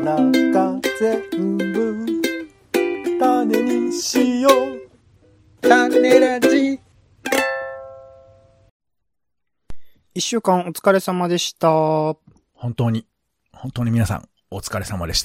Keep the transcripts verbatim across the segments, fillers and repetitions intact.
中全部種にしよう。種ラジ。一週間お疲れ様でした。 本当に、本当に皆さんお疲れ様でした。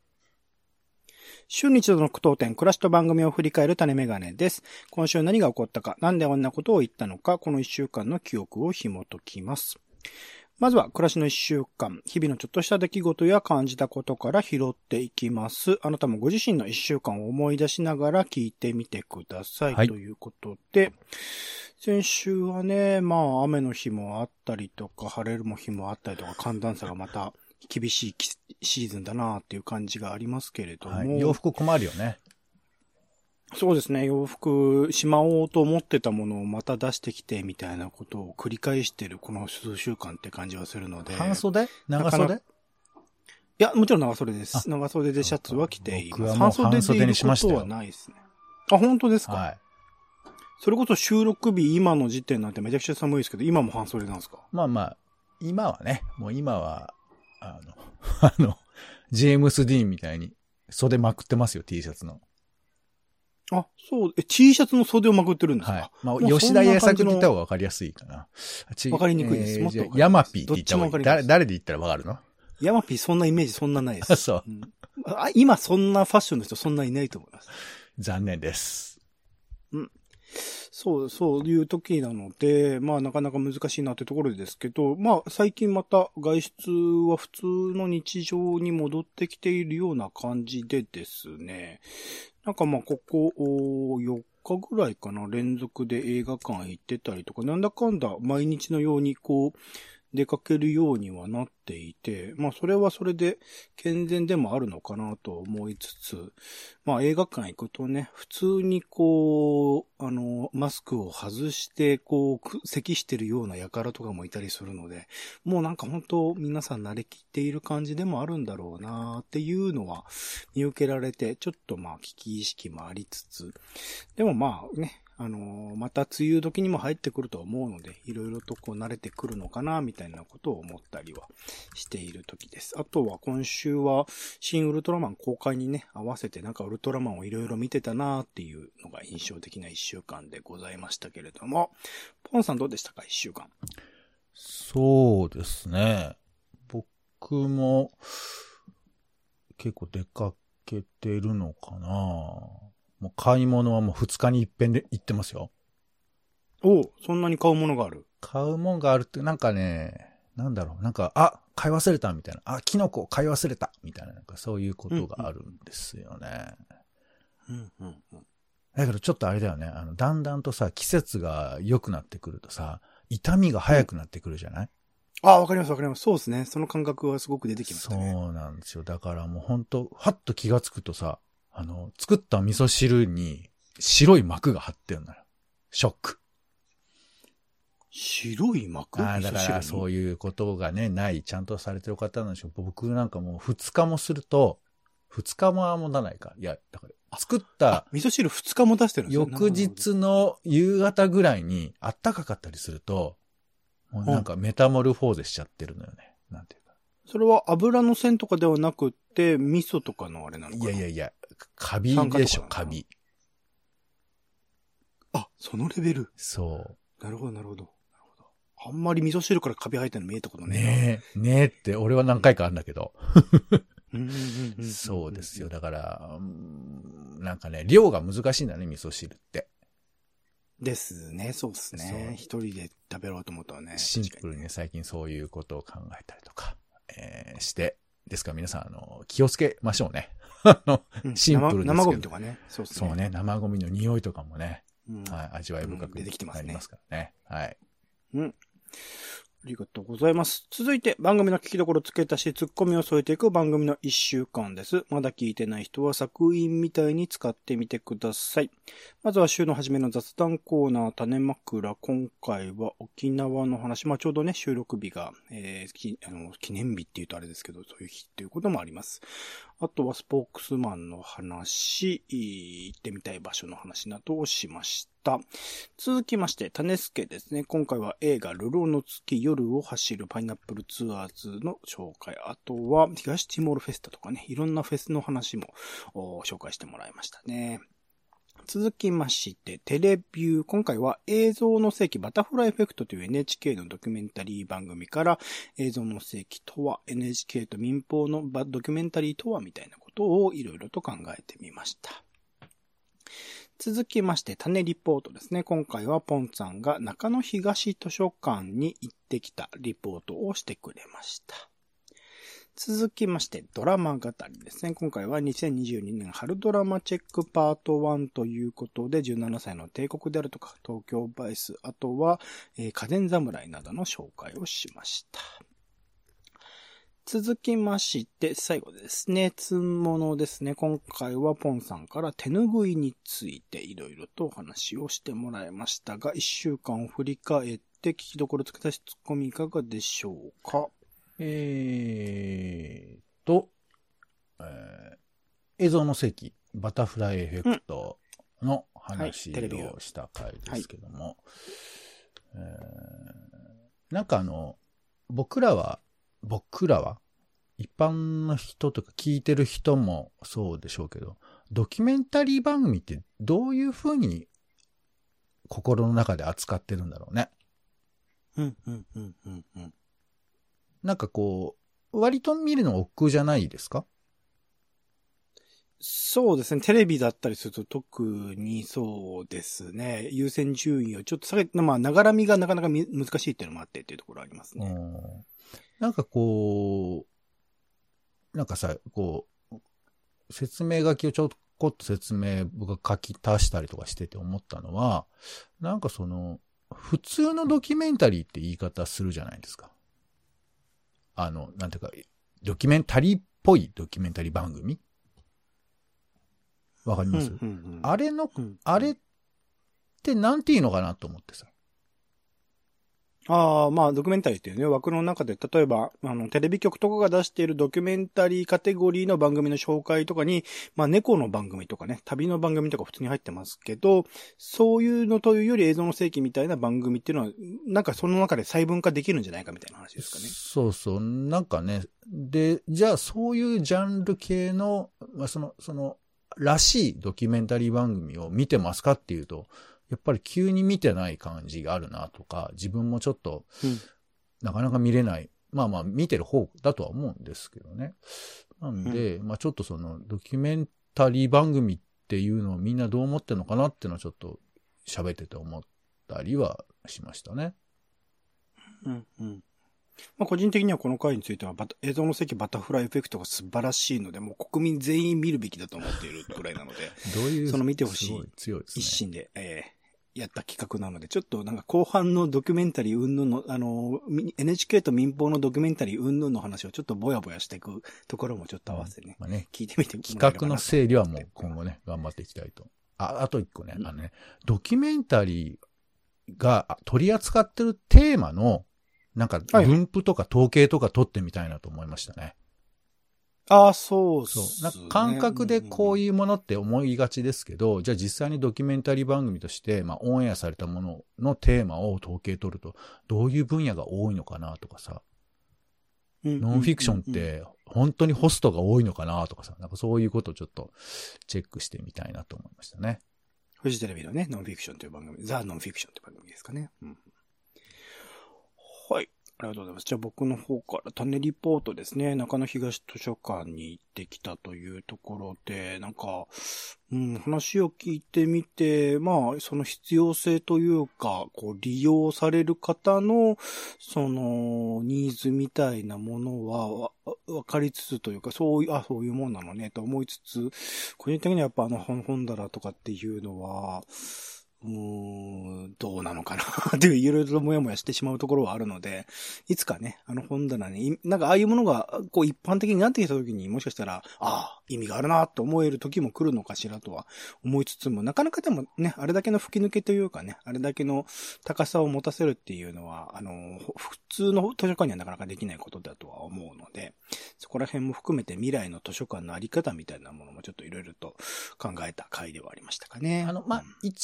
週に一度の句読点、暮らしと番組を振り返る種メガネです。今週何が起こったか、なんでこんなことを言ったのか、この一週間の記憶を紐解きます。まずは暮らしの一週間、日々のちょっとした出来事や感じたことから拾っていきます。あなたもご自身の一週間を思い出しながら聞いてみてください。はい、ということで、先週はね、まあ雨の日もあったりとか、晴れる日もあったりとか、寒暖差がまた厳しいシーズンだなっていう感じがありますけれども、はい、 洋服困るよね。 そうですね。洋服しまおうと思ってたものをまた出してきてみたいなことを繰り返してるこの数週間って感じはするので。 半袖？長袖？ いや、もちろん長袖です。長袖でシャツは着ています。 僕はもう半袖にしましたよ。 半袖でいることはないですね。あ、本当ですか？ はい。 それこそ収録日今の時点なんてめちゃくちゃ寒いですけど、今も半袖なんですか？ まあまあ、今はね、もう今は、あの、あの、ジェームス・ディーンみたいに袖まくってますよ、T シャツの。 あ、そう、え、T シャツの袖をまくってるんですか？はい。 まあ、吉田栄作って言った方が分かりやすいかな。 分かりにくいです。 えー、 もっと分かります。 ヤマピーって言った方がいい。誰、誰で言ったら分かるの？ ヤマピーそんなイメージそんなないです。 そう、 うん、あ。今そんなファッションの人そんないないと思います。 残念です。 うん。そう、そういう時なので、まあなかなか難しいなってところですけど、まあ最近また外出は普通の日常に戻ってきているような感じでですね、なんかまあここよっかぐらいかな、連続で映画館行ってたりとか、なんだかんだ毎日のようにこう出かけるようにはなっていて、まあそれはそれで健全でもあるのかなと思いつつ、まあ映画館行くとね、普通にこう、あの、マスクを外してこう、咳してるような輩とかもいたりするので、もうなんか本当皆さん慣れきっている感じでもあるんだろうなっていうのは見受けられて、ちょっとまあ危機意識もありつつ、でもまあね、あのー、また梅雨時にも入ってくると思うので、いろいろとこう慣れてくるのかな、みたいなことを思ったりはしている時です。あとは今週は、新ウルトラマン公開にね、合わせてなんかウルトラマンをいろいろ見てたなっていうのが印象的な一週間でございましたけれども、ポンさんどうでしたか、一週間。 そうですね。僕も、結構出かけてるのかな。もう買い物はもう二日に一遍で行ってますよ。 おう、そんなに買うものがある？ 買うもんがあるって、なんかね、なんだろう、なんか、あ、買い忘れたみたいな。あ、キノコ買い忘れたみたいな、なんかそういうことがあるんですよね。 うんうんうん。 だけどちょっとあれだよね、あの、だんだんとさ、季節が良くなってくるとさ、痛みが早くなってくるじゃない？ うん、あ、わかりますわかります。そうですね。その感覚はすごく出てきましたね。 そうなんですよ。だからもうほんと、はっと気がつくとさ、あの、作った味噌汁に白い膜が張ってるのよ。ショック。 白い膜？ ああ、だからそういうことがね、ない、ちゃんとされてる方なんでしょう。僕なんかもう二日もすると、二日も持たないか。いや、だから作った、 味噌汁二日も出してるんですよ。 翌日の夕方ぐらいにあったかかったりすると、もうなんかメタモルフォーゼしちゃってるのよね。なんていうか。 それは油の線とかではなくって、味噌とかのあれなのかな？ いやいやいや、カビでしょ、カビ。 あ、そのレベル。 そう。 なるほど、なるほど。あんまり味噌汁からカビ生えてるの見えたことねえな。 ねえ、ねえって俺は何回かあるんだけど。そうですよ。だから、なんかね、量が難しいんだね、味噌汁って。 ですね、そうですね。一人で食べろうと思ったらね。 シンプルにね、最近そういうことを考えたりとか、えー、して、ですから皆さん、あの、気をつけましょうね。あの、シンプルですけど。 生ゴミとかね。そうですね。 そうね、生ゴミの匂いとかもね、 うん、 はい、味わい深くなりますからね。はい。 うん。ありがとうございます。続いて番組の聞きどころ付け足しツッコミを添えていく番組の一週間です。まだ聞いてない人は作品みたいに使ってみてください。まずは週の初めの雑談コーナー種枕。今回は沖縄の話。まあちょうどね収録日が、えー、きあの記念日っていうとあれですけど、そういう日っていうこともあります。あとはスポークスマンの話、行ってみたい場所の話などをしました。 た。続きまして、種助ですね。今回は映画、流浪の月夜を走るパイナップルツアーズの紹介。あとは、東ティモールフェスタとかね、いろんなフェスの話も紹介してもらいましたね。続きまして、テレビュー。今回は映像の世紀バタフライエフェクトという エヌエイチケー のドキュメンタリー番組から、映像の世紀とは エヌエイチケー と民放のドキュメンタリーとはみたいなことをいろいろと考えてみました。続きまして、種リポートですね。今回はポンさんが中野東図書館に行ってきたリポートをしてくれました。続きまして、ドラマ語りですね。今回はにせんにじゅうにねん春ドラマチェックパートワンということで、じゅうななさいの帝国であるとか、東京バイス、あとは、えー、家電侍などの紹介をしました。続きまして、最後ですね。つんものですね。今回はポンさんから手ぬぐいについていろいろとお話をしてもらいましたが、いっしゅうかんを振り返って聞きどころつけたしツッコミいかがでしょうか。 えーと、えー、映像の世紀、バタフライエフェクトの話をした回ですけども、はいえー、なんかあの、僕らは、僕らは、一般の人とか聞いてる人もそうでしょうけど、ドキュメンタリー番組ってどういうふうに心の中で扱ってるんだろうね。 うんうんうんうんうん。 なんかこう、割と見るの億劫じゃないですか？ そうですね。テレビだったりすると特にそうですね。優先順位をちょっと下げて、まあ、ながらみがなかなか難しいっていうのもあってっていうところありますね。 なんかこう、なんかさ、こう、説明書きをちょこっと説明僕が書き足したりとかしてて思ったのは、なんかその、普通のドキュメンタリーって言い方するじゃないですか。あの、なんていうか、ドキュメンタリーっぽいドキュメンタリー番組わかります、うんうんうん、あれの、うんうん、あれってなんていいのかなと思ってさ。 ああ、まあ、ドキュメンタリーっていうね、枠の中で、例えば、あの、テレビ局とかが出しているドキュメンタリーカテゴリーの番組の紹介とかに、まあ、猫の番組とかね、旅の番組とか普通に入ってますけど、そういうのというより映像の世紀みたいな番組っていうのは、なんかその中で細分化できるんじゃないかみたいな話ですかね。 そうそう。なんかね、で、じゃあそういうジャンル系の、まあ、その、その、らしいドキュメンタリー番組を見てますかっていうと、やっぱり急に見てない感じがあるなとか、自分もちょっと、なかなか見れない。うん、まあまあ見てる方だとは思うんですけどね。なんで、うん、まあちょっとそのドキュメンタリー番組っていうのをみんなどう思ってるのかなっていうのはちょっと喋ってて思ったりはしましたね。 うんうん。まあ個人的にはこの回についてはバタ映像の世バタフライエフェクトが素晴らしいので、もう国民全員見るべきだと思っているくらいなので、 どういうその見てほしい強いですね。 一心で、えーやった企画なので、ちょっとなんか後半のドキュメンタリー云々の、あの、エヌエイチケー と民放のドキュメンタリー云々の話をちょっとぼやぼやしていくところもちょっと合わせてね、うんまあ、ね聞いてみて企画の整理はもう今後ね、頑張っていきたいと。あ、あと一個ね、うん、あのね、ドキュメンタリーが取り扱ってるテーマの、なんか分布とか統計とか取ってみたいなと思いましたね。はいああ、そうそう、 ね。そう。感覚でこういうものって思いがちですけど、うんうん、じゃあ実際にドキュメンタリー番組として、まあオンエアされたもののテーマを統計取ると、どういう分野が多いのかなとかさ、うんうんうんうん、ノンフィクションって本当にホストが多いのかなとかさ、なんかそういうことをちょっとチェックしてみたいなと思いましたね。 フジテレビのね、ノンフィクションという番組、ザ・ノンフィクションという番組ですかね。うん、はい。ありがとうございます。じゃあ僕の方から種リポートですね。中野東図書館に行ってきたというところで、なんか、うん、話を聞いてみて、まあ、その必要性というか、こう、利用される方の、その、ニーズみたいなものは、わかりつつというか、そういう、あ、そういうもんなのね、と思いつつ、個人的にはやっぱあの本、本棚とかっていうのは、うーん、どうなのかなっていう、いろいろともやもやしてしまうところはあるので、いつかね、あの本棚に、なんかああいうものが、こう一般的になってきた時にもしかしたら、ああ、意味があるなと思える時も来るのかしらとは思いつつも、なかなかでもね、あれだけの吹き抜けというかね、あれだけの高さを持たせるっていうのは、あの、普通の図書館にはなかなかできないことだとは思うので、そこら辺も含めて未来の図書館のあり方みたいなものもちょっといろいろと考えた回ではありましたかね。 あの、まあ、一応、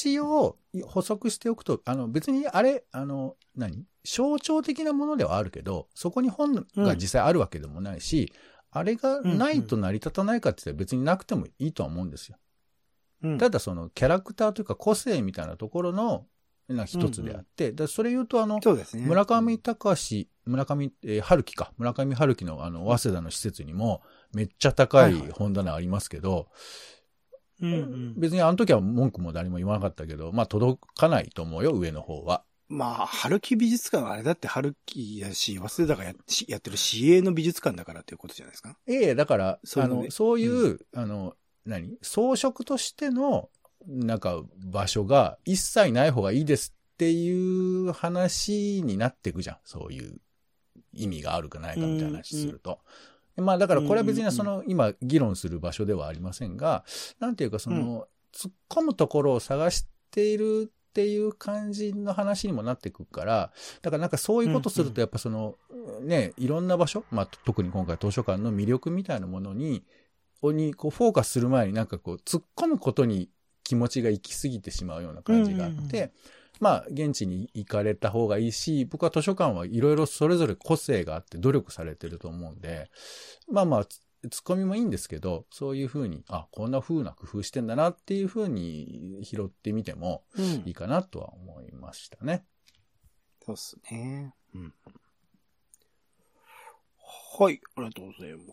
と、補足しておくと、あの、別にあれ、あの、何象徴的なものではあるけど、そこに本が実際あるわけでもないし、うん、あれがないと成り立たないかって言ったら別になくてもいいとは思うんですよ。うん、ただそのキャラクターというか個性みたいなところのな一つであって、うんうん、だそれ言うとあの、そうですね、村上隆、村上、えー、春樹か、村上春樹のあの、早稲田の施設にもめっちゃ高い本棚ありますけど、はいはいうんうん、別にあの時は文句も誰も言わなかったけど、まあ届かないと思うよ、上の方は。 まあ、春樹美術館はあれだって春樹だし、早稲田が や, やってる市営の美術館だからっていうことじゃないですか。 ええ、だから、そういう、ね、あの、そういう、うん、あの、何装飾としての、なんか場所が一切ない方がいいですっていう話になっていくじゃん。そういう意味があるかないかみたいな話すると。うんうん、まあだからこれは別にその、今議論する場所ではありませんが、なんていうかその、突っ込むところを探しているっていう感じの話にもなってくるから、だからなんかそういうことするとやっぱその、ね、いろんな場所、まあ特に今回図書館の魅力みたいなものに、にこうフォーカスする前になんかこう突っ込むことに気持ちが行き過ぎてしまうような感じがあって、うんうんうん、まあ現地に行かれた方がいいし、僕は図書館はいろいろそれぞれ個性があって努力されてると思うんで、まあまあツッコミもいいんですけど、そういう風に、あ、こんな風な工夫してんだなっていう風に拾ってみてもいいかなとは思いましたね。 うん、そうですね。うん。はい、ありがとうございます。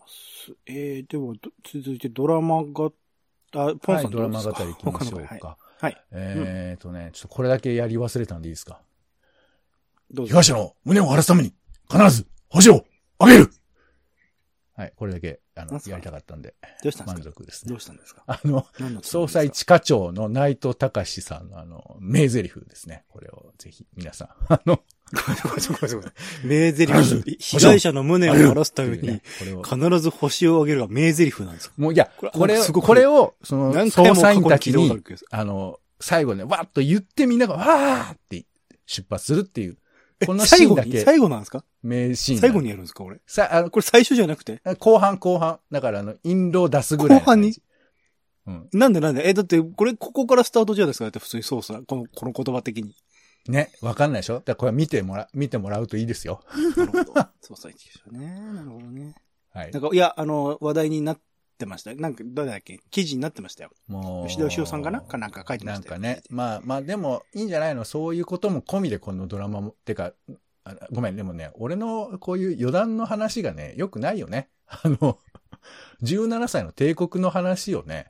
えー、では、続いてドラマが、あ、ポンさんどうですか？ はい、ドラマ語り行きましょうか。 はい。 えーとね、ちょっとこれだけやり忘れたんでいいですか？ どうぞ。 被害者の胸を晴らすために、必ず、星をあげる！はい、これだけ、あの、やりたかったんで。 どうしたんですか？ 満足ですね。 どうしたんですか？ あの、捜査一課長の内藤隆さんのあの、名台詞ですね。これをぜひ皆さん、あの、 名台詞。被害者の胸を晴らすために、必ず星をあげるが名台詞なんですか？ もういや、これを、これを、その、捜査員たちに、あの、最後ね、わーっと言ってみんなが、わーって出発するっていう。このシーンだけ。 最後なんですか？ 名シーン。 最後にやるんですかこれ。 さ、あの、 これ最初じゃなくて後半後半。だからあの、印籠出すぐらい。 後半にうん。 なんでなんでえ、だって、これ、ここからスタートじゃないですかだって普通に操作。この、この言葉的に。 ね、わかんないでしょ？だからこれ見てもら、見てもらうといいですよ。 なるほど。操作一でしょうね。なるほどね。 はい。 なんか、いや、あの、話題になってました。なんか、どれだっけ記事になってましたよ。もう。吉田義雄さんかなかなんか書いてましたよ。 なんかね。まあまあ、でも、いいんじゃないの？そういうことも込みでこのドラマも、てか、ごめん、でもね、俺のこういう余談の話がね、良くないよね。あの、じゅうななさいの帝国の話をね、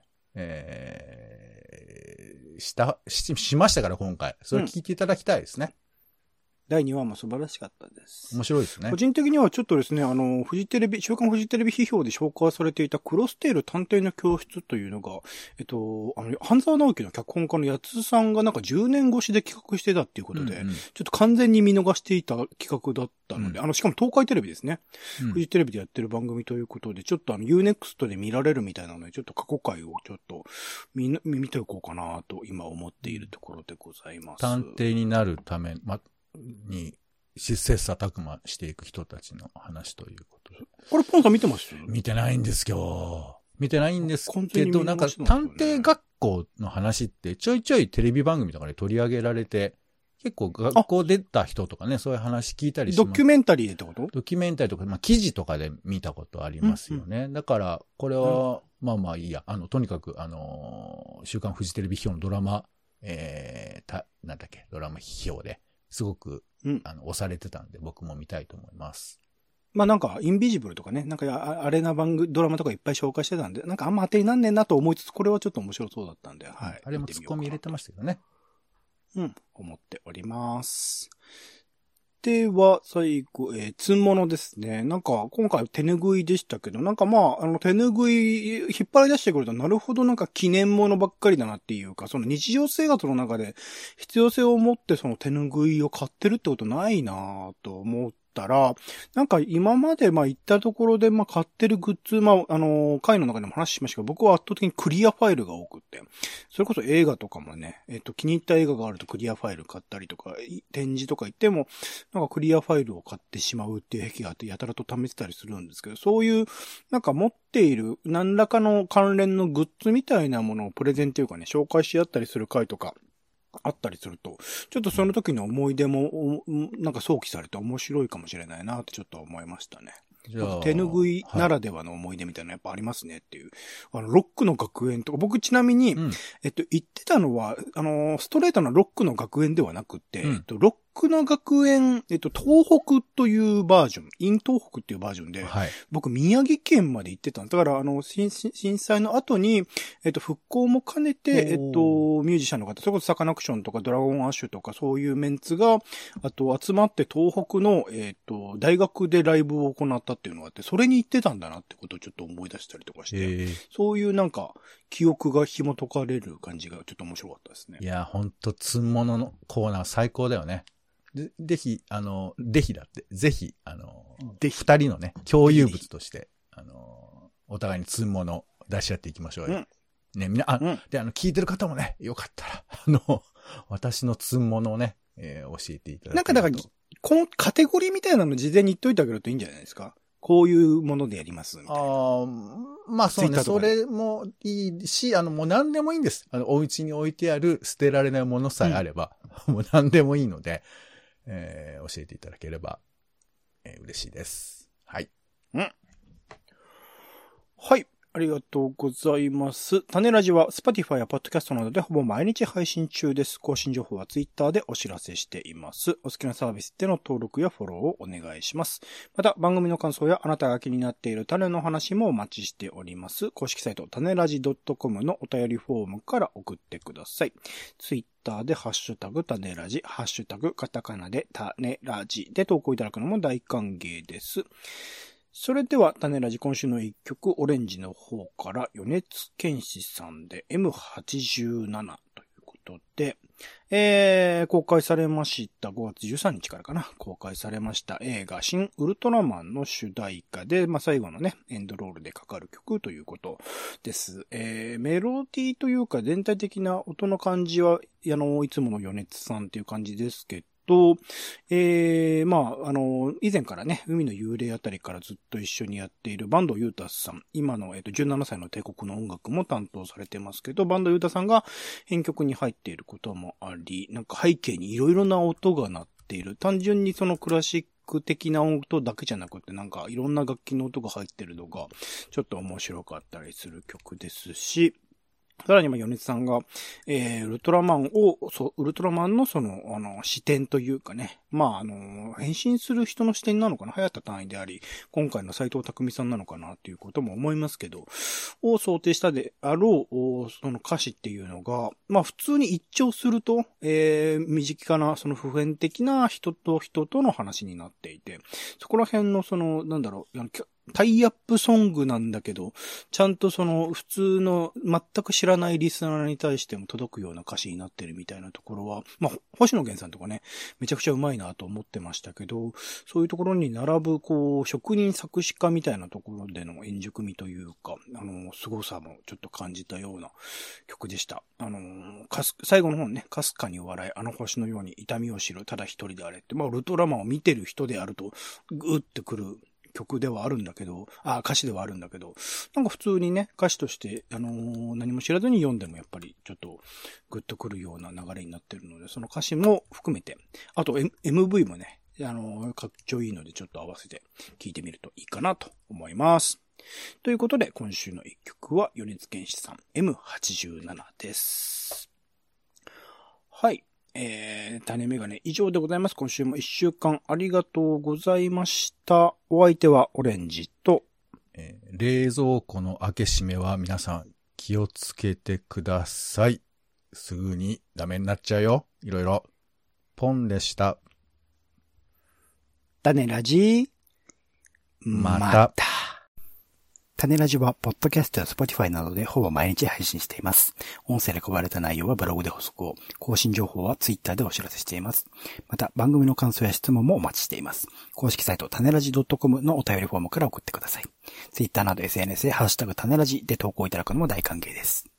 えー、した、し、しましたから今回。それ聞いていただきたいですね。 だいにわも素晴らしかったです。 面白いですね。 個人的にはちょっとですね、あの、フジテレビ、週刊フジテレビ批評で紹介されていたクロステール探偵の教室というのが、えっと、あの、半沢直樹の脚本家の八津さんがなんかじゅうねん越しで企画してたっていうことで、うんうん、ちょっと完全に見逃していた企画だったので、うん、あの、しかも東海テレビですね、うん。フジテレビでやってる番組ということで、ちょっとあの、ユーネクスト で見られるみたいなので、ちょっと過去回をちょっと見、見ておこうかなと今思っているところでございます。 探偵になるため、ま、に、切磋琢磨していく人たちの話ということで。 これポンさん見てますよね？ 見てないんですよ。見てないんですけど、なんか探偵学校の話ってちょいちょいテレビ番組とかで取り上げられて、結構学校出た人とかね、そういう話聞いたりします。 ドキュメンタリーでってこと？ ドキュメンタリーとか、まあ記事とかで見たことありますよね。うんうん、だから、これは、うん、まあまあいいや。あの、とにかく、あのー、週刊フジテレビ批評のドラマ、えー、た、なんだっけ、ドラマ批評で、すごく、うん、あの、押されてたんで、僕も見たいと思います。 まあなんか、インビジブルとかね、なんかあ、あれな番組、ドラマとかいっぱい紹介してたんで、なんかあんま当てになんねんなと思いつつ、これはちょっと面白そうだったんで、はい。 あれもツッコミ入れてましたけどね。 うん、思っております。では、最後、えー、つんものですね。なんか、今回手拭いでしたけど、なんかまあ、あの、手拭い、引っ張り出してくると、なるほどなんか記念物ばっかりだなっていうか、その日常生活の中で必要性を持ってその手拭いを買ってるってことないなぁと思ったら、なんか今までまあ行ったところでまあ買ってるグッズ、まあ、あの、回の中でも話しましたけど、僕は圧倒的にクリアファイルが多くって、それこそ映画とかもね、えっと、気に入った映画があるとクリアファイル買ったりとか、展示とか行っても、なんかクリアファイルを買ってしまうっていう癖があって、やたらと試せたりするんですけど、そういう、なんか持っている何らかの関連のグッズみたいなものをプレゼンっていうかね、紹介し合ったりする回とか、 あったりすると、ちょっとその時の思い出も、なんか想起されて面白いかもしれないなってちょっと思いましたね。じゃあ手ぬぐいならではの思い出みたいなのやっぱありますねっていう。はい、あの、ロックの学園とか、僕ちなみに、うん、えっと、言ってたのは、あの、ストレートなロックの学園ではなくて、うん、えっと、ロックの学園、えっと、東北というバージョン、イン東北っていうバージョンで、はい、僕宮城県まで行ってたんです。だから、あの、震災の後に、えっと、復興も兼ねて、えっと、ミュージシャンの方、それこそサカナクションとかドラゴンアッシュとかそういうメンツが、あと集まって東北の、えっと、大学でライブを行ったっていうのがあって、それに行ってたんだなってことをちょっと思い出したりとかして、そういうなんか、記憶が紐解かれる感じがちょっと面白かったですね。 いや、ほんと、つんもののコーナー最高だよね。で、ぜひ、あの、ぜひだって、ぜひ、あの、で、二人のね、共有物として、あの、お互いにつんもの出し合っていきましょうよ。うん、ね、みんな、あ、うん、で、あの、聞いてる方もね、よかったら、あの、私のつんものをね、えー、教えていただきたい。 なんか、だから、このカテゴリーみたいなの事前に言っといてあげるといいんじゃないですか。こういうものでやりますみたいな。ああ、まあそうね、それもいいし、あの、もう何でもいいんです。あの、お家に置いてある捨てられないものさえあれば、うん、もう何でもいいので、えー、教えていただければ、えー、嬉しいです。はい。 うん。はい。ありがとうございます。種ラジは Spotify や Podcast などでほぼ毎日配信中です。更新情報は Twitter でお知らせしています。お好きなサービスでの登録やフォローをお願いします。また番組の感想やあなたが気になっている種の話もお待ちしております。公式サイト種ラジ .com のお便りフォームから送ってください。Twitter でハッシュタグ種ラジ、ハッシュタグカタカナで種ラジで投稿いただくのも大歓迎です。それでは、種ラジ今週の一曲、オレンジの方から、米津玄師さんで エムはちじゅうなな ということで、えー、公開されました、ごがつじゅうさんにちからかな、公開されました映画、新ウルトラマンの主題歌で、まあ、最後のね、エンドロールでかかる曲ということです。えー、メロディーというか、全体的な音の感じは、あの、いつもの米津さんっていう感じですけど、と、えー、まあ、あの、以前からね、海の幽霊あたりからずっと一緒にやっているバンドユータスさん、今の、えっと、じゅうななさいの帝国の音楽も担当されてますけど、バンドユータさんが編曲に入っていることもあり、なんか背景にいろいろな音が鳴っている。単純にそのクラシック的な音だけじゃなくて、なんかいろんな楽器の音が入ってるのが、ちょっと面白かったりする曲ですし、さらに、ま、米津さんが、えー、ウルトラマンを、そう、ウルトラマンのその、あの、視点というかね、まあ、あの、変身する人の視点なのかな、早田単位であり、今回の斎藤匠さんなのかな、っていうことも思いますけど、を想定したであろう、その歌詞っていうのが、まあ、普通に一聴すると、えー、身近な、その普遍的な人と人との話になっていて、そこら辺の、その、なんだろう、タイアップソングなんだけど、ちゃんとその普通の全く知らないリスナーに対しても届くような歌詞になってるみたいなところは、まあ、星野源さんとかね、めちゃくちゃうまいなと思ってましたけど、そういうところに並ぶ、こう、職人作詞家みたいなところでの円熟味というか、あの、凄さもちょっと感じたような曲でした。あの、かす、最後の方ね、かすかに笑い、あの星のように痛みを知る、ただ一人であれって、まあ、ウルトラマンを見てる人であると、ぐーってくる、曲ではあるんだけど、あ、歌詞ではあるんだけど、なんか普通にね、歌詞として、あのー、何も知らずに読んでもやっぱりちょっとグッとくるような流れになってるので、その歌詞も含めて、あと、M、エムブイ もね、あのー、かっちょいいのでちょっと合わせて聴いてみるといいかなと思います。ということで、今週の一曲は米津玄師さん エムはちじゅうなな です。はい。えー、種メガネ以上でございます。今週も一週間ありがとうございました。お相手はオレンジと、 えー、冷蔵庫の開け閉めは皆さん気をつけてください。すぐにダメになっちゃうよ。いろいろ。ポンでした。 種ラジまた。また種ラジは、ポッドキャストや Spotify などでほぼ毎日配信しています。音声で配られた内容はブログで補足を、更新情報は Twitter でお知らせしています。また、番組の感想や質問もお待ちしています。公式サイト、種ラジ .com のお便りフォームから送ってください。Twitter など エスエヌエス でハッシュタグ種ラジで投稿いただくのも大歓迎です。